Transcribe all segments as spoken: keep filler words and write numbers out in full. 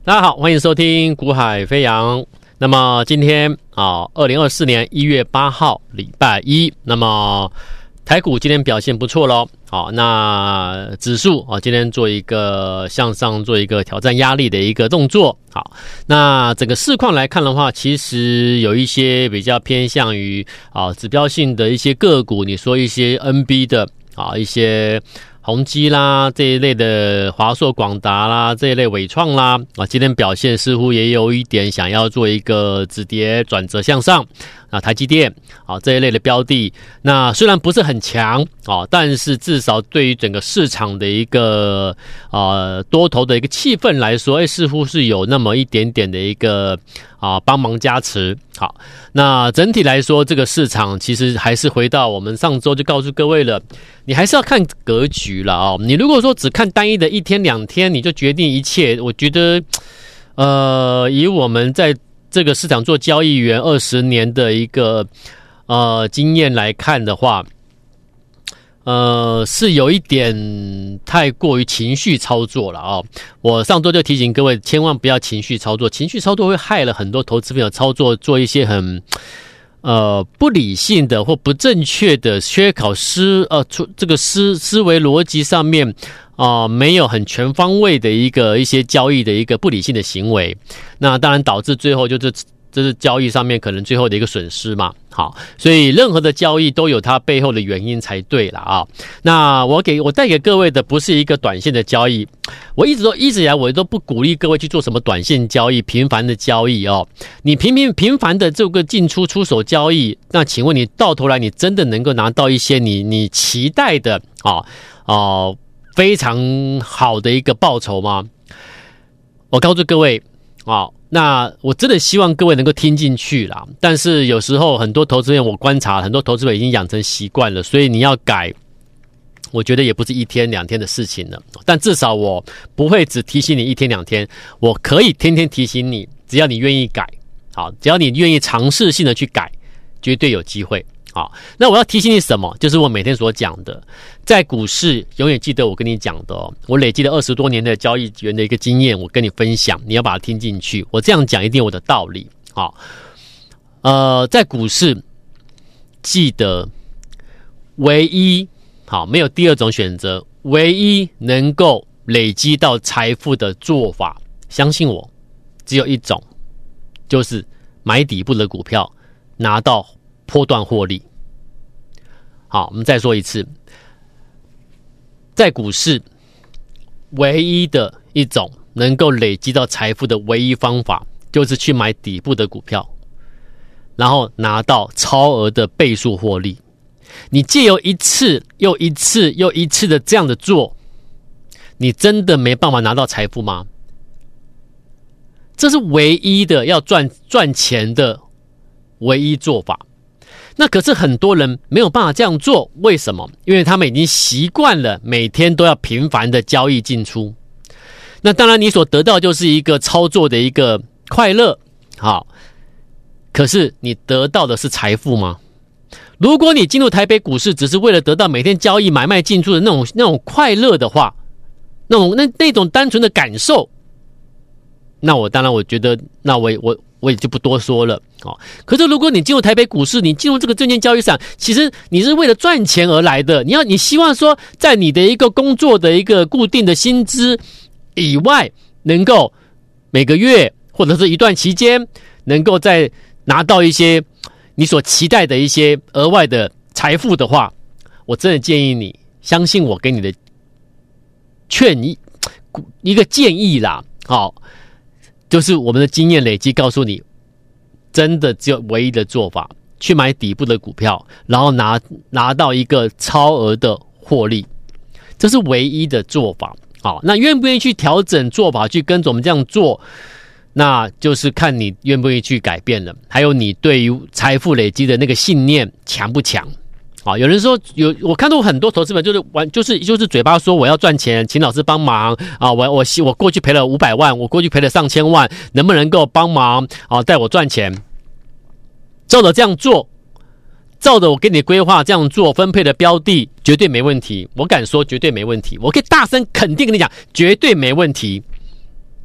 大家好，欢迎收听股海飞扬。那么今天啊，二零二四年一月八号，礼拜一。那么台股今天表现不错咯。好，那指数啊，今天做一个向上，做一个挑战压力的一个动作。好，那整个市况来看的话，其实有一些比较偏向于啊指标性的一些个股，你说一些 N B 的啊一些。宏基啦这一类的华硕、广达啦这一类伟创啦啊，今天表现似乎也有一点想要做一个止跌转折向上啊，台积电啊这一类的标的，那虽然不是很强啊，但是至少对于整个市场的一个呃多头的一个气氛来说，哎，似乎是有那么一点点的一个啊帮忙加持。好，那整体来说，这个市场其实还是回到我们上周就告诉各位了，你还是要看格局了啊、哦。你如果说只看单一的一天两天，你就决定一切，我觉得，呃，以我们在这个市场做交易员二十年的一个呃经验来看的话，呃，是有一点太过于情绪操作了啊、哦！我上周就提醒各位，千万不要情绪操作，情绪操作会害了很多投资朋友操作，做一些很呃不理性的或不正确的、缺考思呃这个思思维逻辑上面啊、呃、没有很全方位的一个一些交易的一个不理性的行为，那当然导致最后就是这是交易上面可能最后的一个损失嘛。好，所以任何的交易都有它背后的原因才对啦啊。那我给我带给各位的不是一个短线的交易，我一直都一直以来我都不鼓励各位去做什么短线交易、频繁的交易哦。你频频频繁的这个进出出手交易，那请问你到头来你真的能够拿到一些你你期待的啊啊非常好的一个报酬吗？我告诉各位啊。那我真的希望各位能够听进去啦，但是有时候很多投资人我观察很多投资人已经养成习惯了，所以你要改我觉得也不是一天两天的事情了，但至少我不会只提醒你一天两天，我可以天天提醒你，只要你愿意改，好，只要你愿意尝试性的去改，绝对有机会。好，那我要提醒你什么？就是我每天所讲的，在股市永远记得我跟你讲的哦，我累积了二十多年的交易员的一个经验，我跟你分享，你要把它听进去。我这样讲一定有我的道理。好，呃，在股市记得唯一好没有第二种选择，唯一能够累积到财富的做法，相信我，只有一种，就是买底部的股票，拿到波段获利。好，我们再说一次，在股市唯一的一种能够累积到财富的唯一方法，就是去买底部的股票，然后拿到超额的倍数获利。你借由一次又一次又一次的这样的做，你真的没办法拿到财富吗？这是唯一的要赚赚钱的唯一做法。那可是很多人没有办法这样做，为什么？因为他们已经习惯了每天都要频繁的交易进出。那当然你所得到就是一个操作的一个快乐，好，可是你得到的是财富吗？如果你进入台北股市只是为了得到每天交易买卖进出的那种那种快乐的话，那种那那种单纯的感受，那我当然我觉得那我我我也就不多说了。哦，可是如果你进入台北股市，你进入这个证券交易市场，其实你是为了赚钱而来的。你要你希望说，在你的一个工作的一个固定的薪资以外，能够每个月或者是一段期间，能够再拿到一些你所期待的一些额外的财富的话，我真的建议你相信我给你的劝议一个建议啦。好，就是我们的经验累积告诉你，真的只有唯一的做法，去买底部的股票，然后拿拿到一个超额的获利，这是唯一的做法。好，那愿不愿意去调整做法，去跟着我们这样做，那就是看你愿不愿意去改变了，还有你对于财富累积的那个信念强不强。好，有人说有，我看到很多投资者就是玩，就是就是嘴巴说我要赚钱，请老师帮忙啊！我我我过去赔了五百万，我过去赔了上千万，能不能够帮忙啊？带我赚钱？照着这样做，照着我给你规划这样做，分配的标的绝对没问题。我敢说绝对没问题，我可以大声肯定跟你讲，绝对没问题。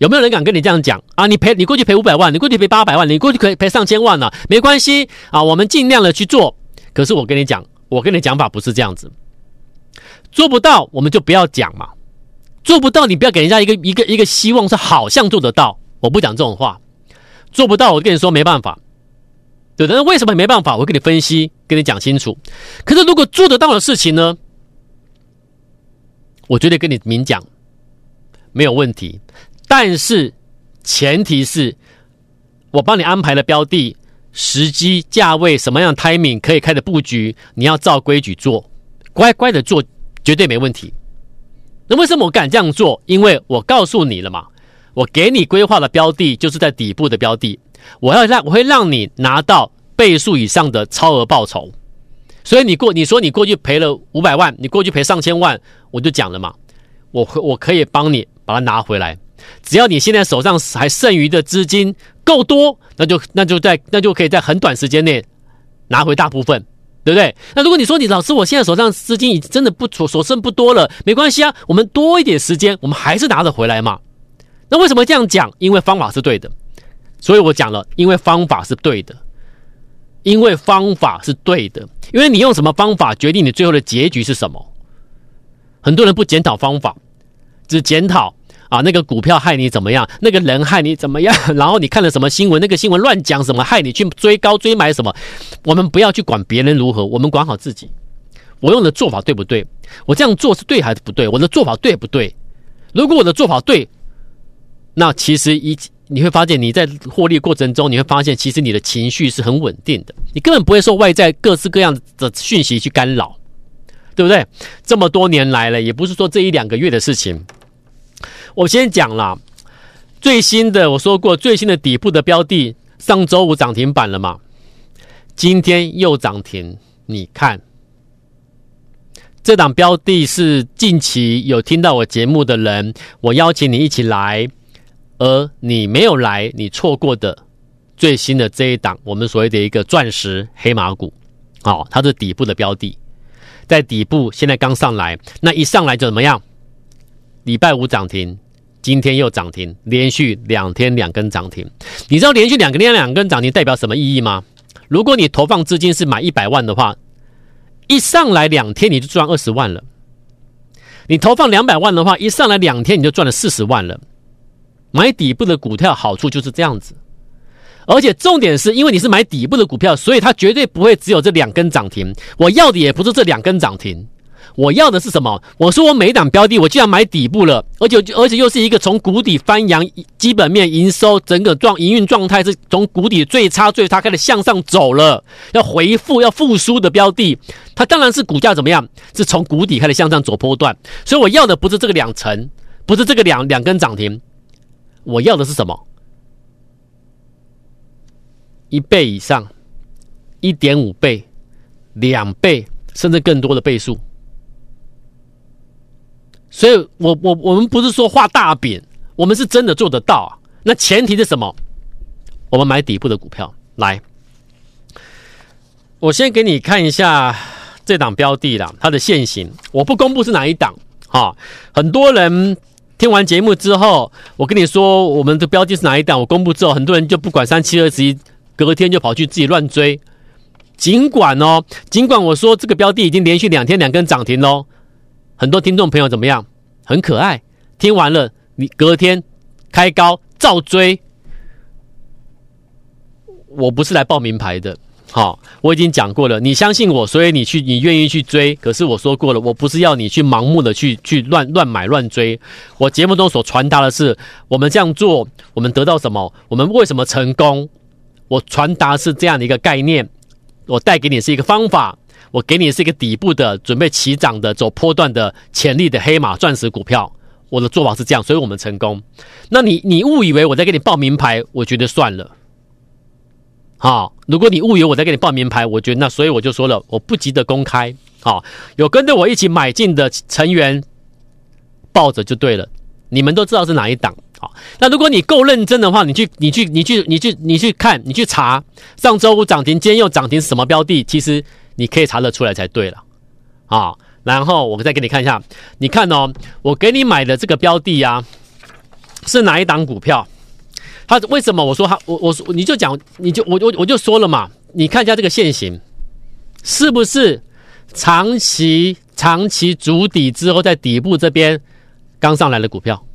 有没有人敢跟你这样讲啊？你赔，你过去赔五百万，你过去赔八百万，你过去赔赔上千万啊，没关系啊，我们尽量的去做。可是我跟你讲，我跟你讲法不是这样子，做不到我们就不要讲嘛，做不到你不要给人家一个一个一个希望是好像做得到，我不讲这种话，做不到我跟你说没办法，对的，那为什么没办法？我跟你分析，跟你讲清楚。可是如果做得到的事情呢，我绝对跟你明讲，没有问题。但是前提是我帮你安排的标的时机价位什么样的 timing 可以开的布局，你要照规矩做，乖乖的做，绝对没问题。那为什么我敢这样做？因为我告诉你了嘛，我给你规划的标的就是在底部的标的，我要让我会让你拿到倍数以上的超额报酬。所以你过你说你过去赔了五百万，你过去赔上千万，我就讲了嘛，我我可以帮你把它拿回来。只要你现在手上还剩余的资金够多，那就那就在那就可以在很短时间内拿回大部分，对不对？那如果你说你老师我现在手上资金已经真的不所剩不多了，没关系啊，我们多一点时间，我们还是拿得回来嘛。那为什么这样讲？因为方法是对的，所以我讲了，因为方法是对的，因为方法是对的，因为你用什么方法决定你最后的结局是什么。很多人不检讨方法，只检讨啊，那个股票害你怎么样，那个人害你怎么样，然后你看了什么新闻，那个新闻乱讲什么，害你去追高追买什么。我们不要去管别人如何，我们管好自己。我用的做法对不对？我这样做是对还是不对？我的做法对不对？如果我的做法对，那其实一你会发现你在获利过程中，你会发现其实你的情绪是很稳定的，你根本不会受外在各式各样的讯息去干扰，对不对？这么多年来了，也不是说这一两个月的事情。我先讲啦，最新的我说过，最新的底部的标的，上周五涨停板了嘛，今天又涨停。你看，这档标的是近期有听到我节目的人，我邀请你一起来，而你没有来，你错过的最新的这一档，我们所谓的一个钻石黑马股，哦，它是底部的标的，在底部现在刚上来，那一上来就怎么样？礼拜五涨停，今天又涨停，连续两天两根涨停。你知道连续两天两根涨停代表什么意义吗？如果你投放资金是买一百万的话，一上来两天你就赚二十万了。你投放两百万的话，一上来两天你就赚了四十万了。买底部的股票好处就是这样子。而且重点是因为你是买底部的股票，所以它绝对不会只有这两根涨停。我要的也不是这两根涨停。我要的是什么？我说我每一档标的，我既然买底部了，而且而且又是一个从谷底翻扬，基本面、营收、整个状营运状态是从谷底最差最差开始向上走了，要回复、要复苏的标的，它当然是股价怎么样？是从谷底开始向上走波段。所以我要的不是这个两成，不是这个两两根涨停，我要的是什么？一倍以上，一点五倍、两倍，甚至更多的倍数。所以我我我们不是说画大饼，我们是真的做得到啊。那前提是什么？我们买底部的股票。来，我先给你看一下这档标的啦，它的现形。我不公布是哪一档啊。很多人听完节目之后，我跟你说我们的标的是哪一档，我公布之后，很多人就不管三七二十一，隔天就跑去自己乱追。尽管哦，尽管我说这个标的已经连续两天两根涨停喽。很多听众朋友怎么样？很可爱，听完了你隔天开高照追。我不是来报名牌的，好，我已经讲过了，你相信我，所以你去你愿意去追。可是我说过了，我不是要你去盲目的去去乱乱买乱追。我节目中所传达的是，我们这样做，我们得到什么？我们为什么成功？我传达是这样的一个概念，我带给你是一个方法。我给你是一个底部的准备起涨的走波段的潜力的黑马钻石股票，我的做法是这样，所以我们成功。那你你误以为我在给你报名牌，我觉得算了。好，如果你误以为我在给你报名牌，我觉得那所以我就说了，我不急着公开。好，有跟着我一起买进的成员抱着就对了，你们都知道是哪一档。好，那如果你够认真的话，你去你去你去你去你去看，你去查上周五涨停，今天又涨停是什么标的，其实你可以查得出来才对了啊。然后我再给你看一下，你看哦，我给你买的这个标的啊， 是哪一档股票？它为什么我说它？我我你就讲，你就我我我就说了嘛，你看一下这个线型，是不是长期长期筑底之后，在底部这边刚上来的股票？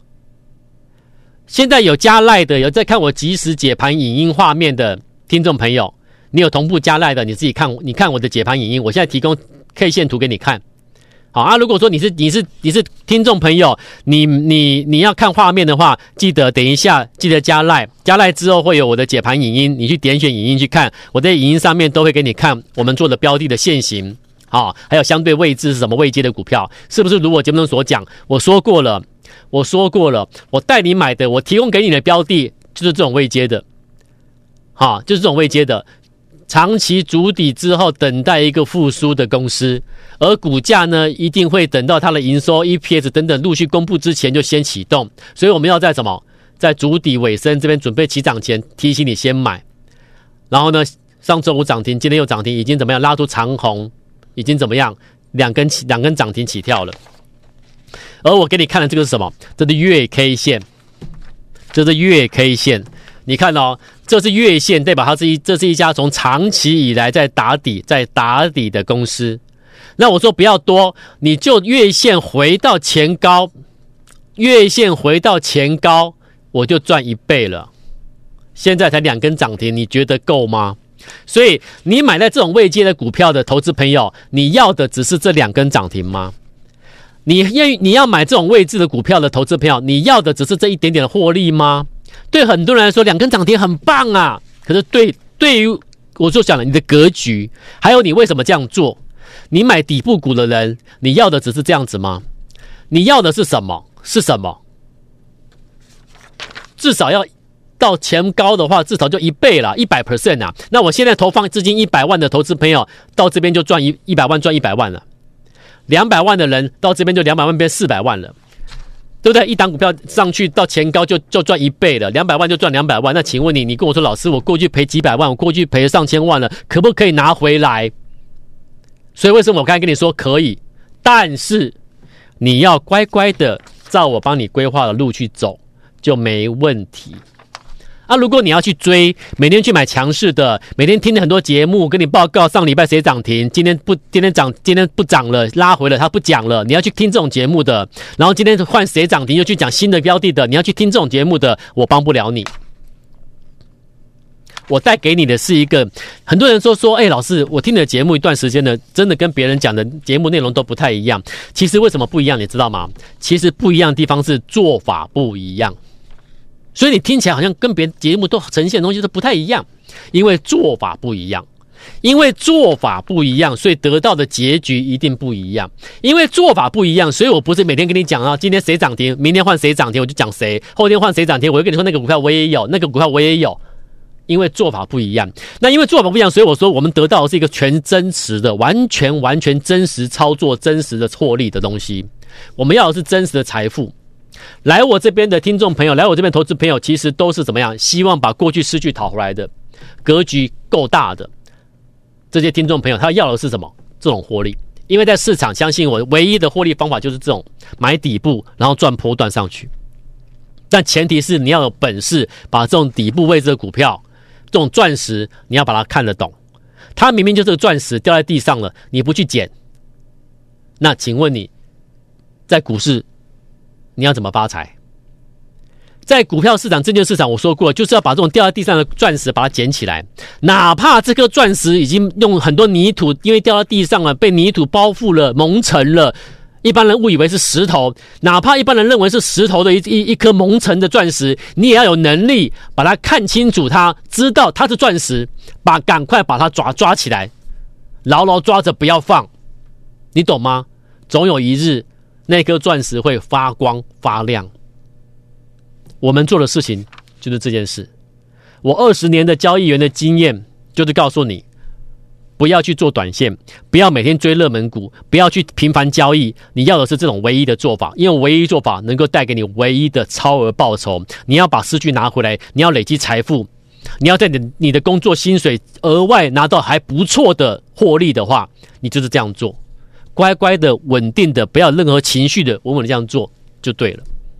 现在有加赖的，有在看我即时解盘影音画面的听众朋友，你有同步加赖的，你自己看，你看我的解盘影音，我现在提供 K 线图给你看。好啊，如果说你是你是你是听众朋友，你你你要看画面的话，记得等一下记得加赖，加赖之后会有我的解盘影音，你去点选影音去看，我在影音上面都会给你看我们做的标的的线型，好，还有相对位置是什么位阶的股票，是不是如我节目中所讲？我说过了。我说过了，我带你买的，我提供给你的标的就是这种位阶的，好，就是这种位阶的，长期筑底之后等待一个复苏的公司，而股价呢一定会等到它的营收、E P S 等等陆续公布之前就先启动，所以我们要在什么，在筑底尾声这边准备起涨前提醒你先买，然后呢，上周五涨停，今天又涨停，已经怎么样拉出长红，已经怎么样两根两根涨停起跳了。而我给你看的这个是什么？这是月 K 线，这是月 K 线。你看哦，这是月线，代表它是一这是一家从长期以来在打底、在打底的公司。那我说不要多，你就月线回到前高，月线回到前高，我就赚一倍了。现在才两根涨停，你觉得够吗？所以你买在这种位阶的股票的投资朋友，你要的只是这两根涨停吗？你要你要买这种位置的股票的投资朋友，你要的只是这一点点的获利吗？对很多人来说，两根涨停很棒啊。可是对对于我就讲了，你的格局，还有你为什么这样做？你买底部股的人，你要的只是这样子吗？你要的是什么？是什么？至少要到前高的话，至少就一倍了，一百 percent 啊。那我现在投放资金一百万的投资朋友，到这边就赚一一百万，赚一百万了。两百万的人到这边就两百万变四百万了，对不对？一档股票上去到前高就就赚一倍了，两百万就赚两百万。那请问你，你跟我说老师，我过去赔几百万，我过去赔上千万了，可不可以拿回来？所以为什么我刚才跟你说可以，但是你要乖乖的照我帮你规划的路去走，就没问题。啊，如果你要去追，每天去买强势的，每天听很多节目跟你报告上礼拜谁涨停，今天不今天涨今天不涨了，拉回了他不讲了，你要去听这种节目的，然后今天换谁涨停又去讲新的标的的，你要去听这种节目的，我帮不了你。我带给你的是一个，很多人说说，哎、欸，老师，我听你的节目一段时间了，真的跟别人讲的节目内容都不太一样。其实为什么不一样，你知道吗？其实不一样的地方是做法不一样。所以你听起来好像跟别人节目都呈现的东西都不太一样，因为做法不一样，因为做法不一样，所以得到的结局一定不一样。因为做法不一样，所以我不是每天跟你讲啊，今天谁涨停，明天换谁涨停，我就讲谁；后天换谁涨停，我就跟你说那个股票我也有，那个股票我也有。因为做法不一样，那因为做法不一样，所以我说我们得到的是一个全真实的、完全完全真实操作、真实的获利的东西。我们要的是真实的财富。来我这边的听众朋友，来我这边投资朋友，其实都是怎么样？希望把过去失去讨回来的，格局够大的这些听众朋友，他要的是什么？这种获利。因为在市场，相信我，唯一的获利方法就是这种买底部，然后赚波段上去。但前提是你要有本事，把这种底部位置的股票，这种钻石，你要把它看得懂。它明明就是个钻石掉在地上了，你不去捡，那请问你，在股市你要怎么发财？在股票市场、证券市场，我说过，就是要把这种掉在地上的钻石把它捡起来，哪怕这颗钻石已经用很多泥土，因为掉到地上了，被泥土包覆了、蒙尘了。一般人误以为是石头，哪怕一般人认为是石头的一一一颗蒙尘的钻石，你也要有能力把它看清楚它，知道它是钻石，把赶快把它抓抓起来，牢牢抓着不要放，你懂吗？总有一日，那颗钻石会发光发亮。我们做的事情就是这件事。我二十年的交易员的经验，就是告诉你。不要去做短线，不要每天追热门股，不要去频繁交易，你要的是这种唯一的做法，因为唯一做法能够带给你唯一的超额报酬。你要把失去拿回来，你要累积财富，你要在你你的工作薪水额外拿到还不错的获利的话，你就是这样做，乖乖的、稳定的，不要有任何情绪的，稳稳的这样做就对了。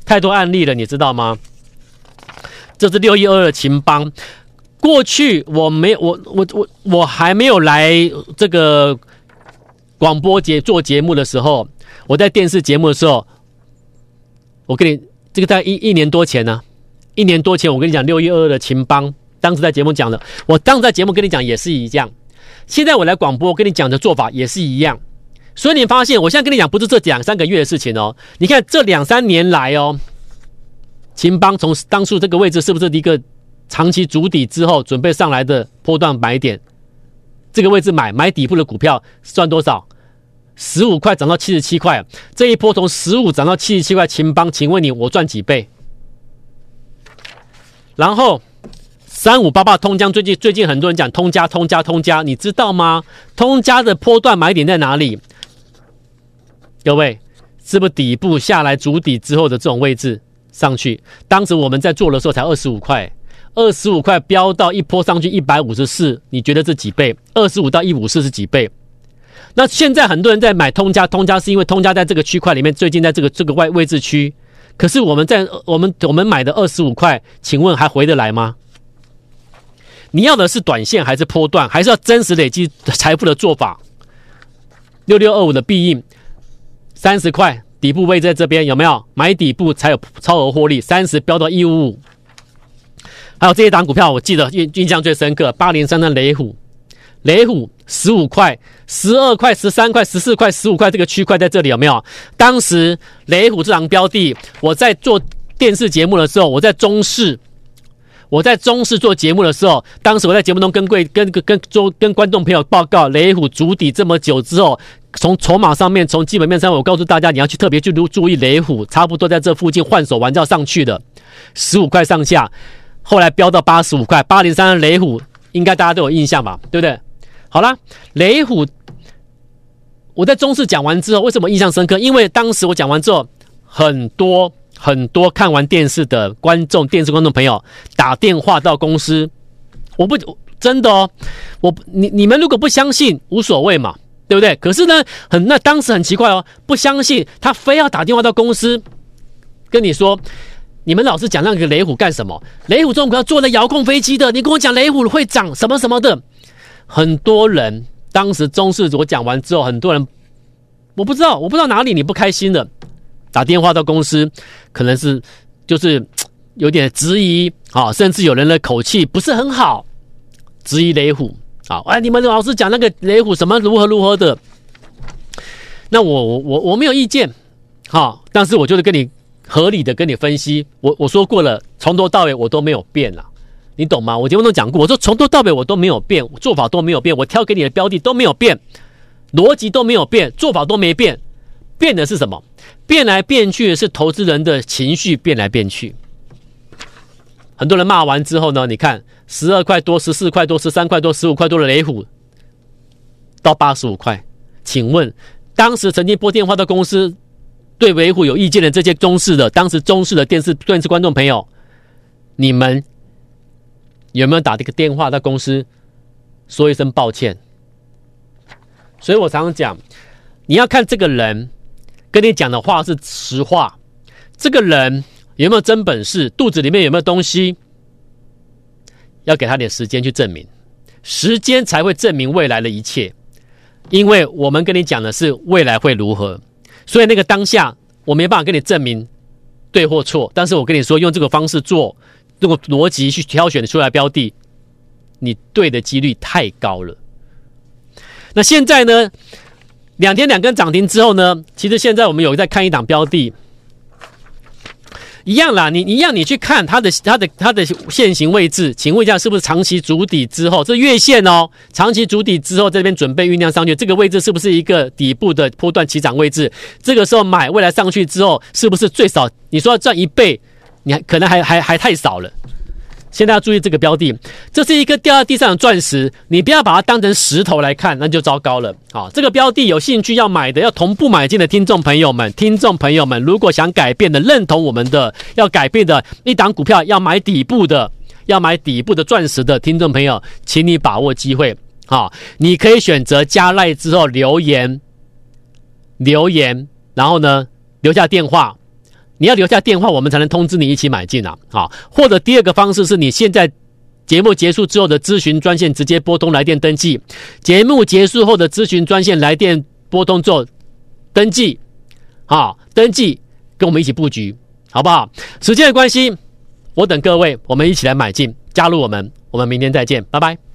太多案例了，你知道吗？这是六一二二的秦邦。过去我没我我我我还没有来这个广播节做节目的时候，我在电视节目的时候，我跟你这个在一一年多前呢、啊，一年多前我跟你讲六一二二的秦邦，当时在节目讲的，我当时在节目跟你讲也是一样。现在我来广播跟你讲的做法也是一样，所以你发现我现在跟你讲不是这两三个月的事情哦，你看这两三年来哦。秦邦从当初这个位置是不是一个长期筑底之后准备上来的波段买点？这个位置买买底部的股票赚多少？十五块涨到七十七块，这一波从十五涨到七十七块，秦邦，请问你我赚几倍？然后三五八八通江，最近最近很多人讲通家通家通家，你知道吗？通家的波段买点在哪里？各位，是不是底部下来筑底之后的这种位置？上去，当时我们在做的时候才二十五块，二十五块飙到一波上去一百五十四，你觉得这几倍？二十五到一百五十四是几倍？那现在很多人在买通家，通家是因为通家在这个区块里面，最近在这个这个外位置区，可是我们在我们我们买的二十五块，请问还回得来吗？你要的是短线还是波段，还是要真实累积财富的做法？六六二五的必应三十块。底部位在这边有没有？买底部才有超额获利，三十飙到一百五十五。还有这一档股票，我记得印印象最深刻，八零三的雷虎，雷虎十五块、十二块、十三块、十四块、十五块这个区块在这里有没有？当时雷虎这档标的，我在做电视节目的时候，我在中视，我在中视做节目的时候，当时我在节目中跟贵跟跟跟跟跟观众朋友报告，雷虎筑底这么久之后。从筹码上面，从基本面上，我告诉大家，你要去特别去注意雷虎，差不多在这附近换手完就要上去的，十五块上下，后来飙到八十五块，八零三的雷虎，应该大家都有印象吧，对不对？好啦，雷虎，我在中视讲完之后，为什么印象深刻？因为当时我讲完之后，很多很多看完电视的观众、电视观众朋友打电话到公司，我不真的哦，我你你们如果不相信，无所谓嘛。对不对？可是呢，很那当时很奇怪哦，不相信他非要打电话到公司跟你说，你们老是讲那个雷虎干什么？雷虎这种股票做了遥控飞机的，你跟我讲雷虎会涨什么什么的。很多人当时中视我讲完之后，很多人我不知道，我不知道哪里你不开心了，打电话到公司，可能是就是有点质疑啊，甚至有人的口气不是很好，质疑雷虎。好，哎，你们老师讲那个雷虎什么如何如何的，那我我我我没有意见，好，但是我就是跟你合理的跟你分析，我我说过了，从头到尾我都没有变啦，你懂吗？我节目中讲过，我说从头到尾我都没有变，做法都没有变，我挑给你的标的都没有变，逻辑都没有变，做法都没变，变的是什么？变来变去的是投资人的情绪变来变去。很多人骂完之后呢，你看十二块多、十四块多、十三块多、十五块多的雷虎到八十五块，请问当时曾经拨电话到公司对雷虎有意见的这些中视的，当时中视的电视电视观众朋友，你们有没有打这个电话到公司说一声抱歉？所以我常常讲，你要看这个人跟你讲的话是实话，这个人有没有真本事？肚子里面有没有东西？要给他点时间去证明，时间才会证明未来的一切。因为我们跟你讲的是未来会如何，所以那个当下我没办法跟你证明对或错，但是我跟你说，用这个方式做，这个逻辑去挑选出来标的，你对的几率太高了。那现在呢，两天两根涨停之后呢，其实现在我们有在看一档标的。一样啦，你一样，你去看它的它的它的现行位置，请问一下，是不是长期筑底之后，这月线哦，长期筑底之后，在这边准备酝酿上去，这个位置是不是一个底部的波段起涨位置？这个时候买，未来上去之后，是不是最少你说要赚一倍，你还可能还还还太少了。现在要注意这个标的，这是一个掉在地上的钻石，你不要把它当成石头来看，那就糟糕了。好，这个标的有兴趣要买的，要同步买进的听众朋友们，听众朋友们，如果想改变的，认同我们的，要改变的一档股票，要买底部的，要买底部的钻石的听众朋友，请你把握机会。好，你可以选择加赖之后留言，留言，然后呢留下电话， 你要留下电话，我们才能通知你一起买进啊。好，或者第二个方式是你现在节目结束之后的咨询专线直接拨通来电登记，节目结束后的咨询专线来电拨通之后登记，好，登记跟我们一起布局，好不好？时间的关系，我等各位，我们一起来买进，加入我们，我们明天再见，拜拜。